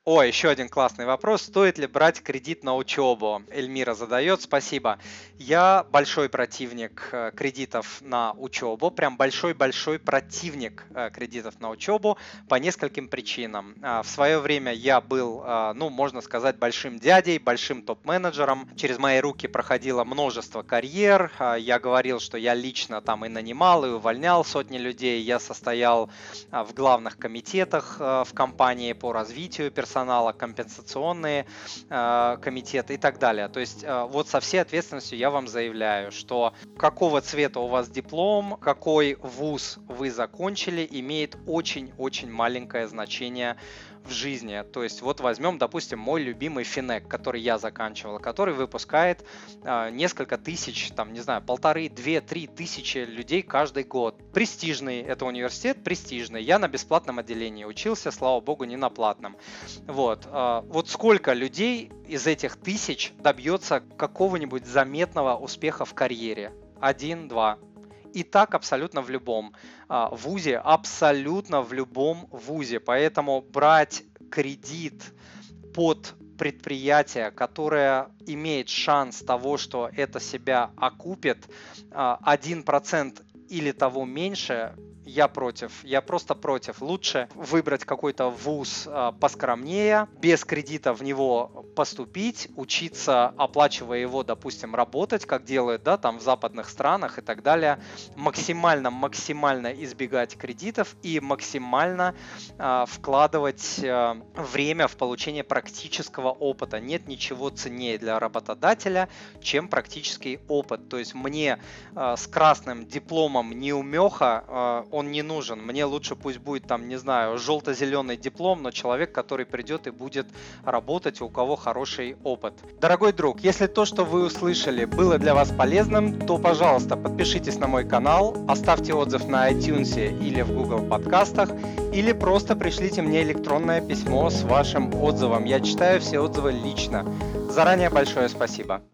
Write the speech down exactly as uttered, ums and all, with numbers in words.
О, еще один классный вопрос. Стоит ли брать кредит на учебу? Эльмира задает, спасибо. Я большой противник э, кредитов на учебу, прям большой-большой противник э, кредитов на учебу по нескольким причинам. А, В свое время я был, а, ну, можно сказать, большим дядей, большим топ-менеджером. Через мои руки проходило множество карьер. А, Я говорил, что я лично там и нанимал, и увольнял сотни людей. Я состоял а, в главных комитетах а, в компании по развитию персонала, компенсационные а, комитеты и так далее. То есть а, вот со всей ответственностью я вам заявляю, что какого цвета у вас диплом, какой вуз вы закончили, имеет очень-очень маленькое значение в жизни. То есть вот возьмем, допустим, мой любимый Финек, который я заканчивал, который выпускает а, несколько тысяч, там, не знаю, полторы, две, три тысячи людей каждый год. Престижный это университет, престижный. Я на бесплатном отделении учился, слава богу, не на платном. Вот, а, вот сколько людей из этих тысяч добьется какого-нибудь заметного успеха в карьере? Один, два. И так абсолютно в любом а, вузе, абсолютно в любом вузе. Поэтому брать кредит под предприятие, которое имеет шанс того, что это себя окупит, а, один процент или того меньше, я против, я просто против. Лучше выбрать какой-то вуз а, поскромнее, без кредита в него поступить, учиться, оплачивая его, допустим, работать, как делают, да, там в западных странах и так далее, максимально, максимально избегать кредитов и максимально а, вкладывать а, время в получение практического опыта. Нет ничего ценнее для работодателя, чем практический опыт. То есть мне а, с красным дипломом неумеха а, он не нужен. Мне лучше пусть будет там, не знаю, желто-зеленый диплом, но человек, который придет и будет работать, у кого хороший опыт. Дорогой друг, если то, что вы услышали, было для вас полезным, то, пожалуйста, подпишитесь на мой канал, оставьте отзыв на iTunes или в Google подкастах, или просто пришлите мне электронное письмо с вашим отзывом. Я читаю все отзывы лично. Заранее большое спасибо.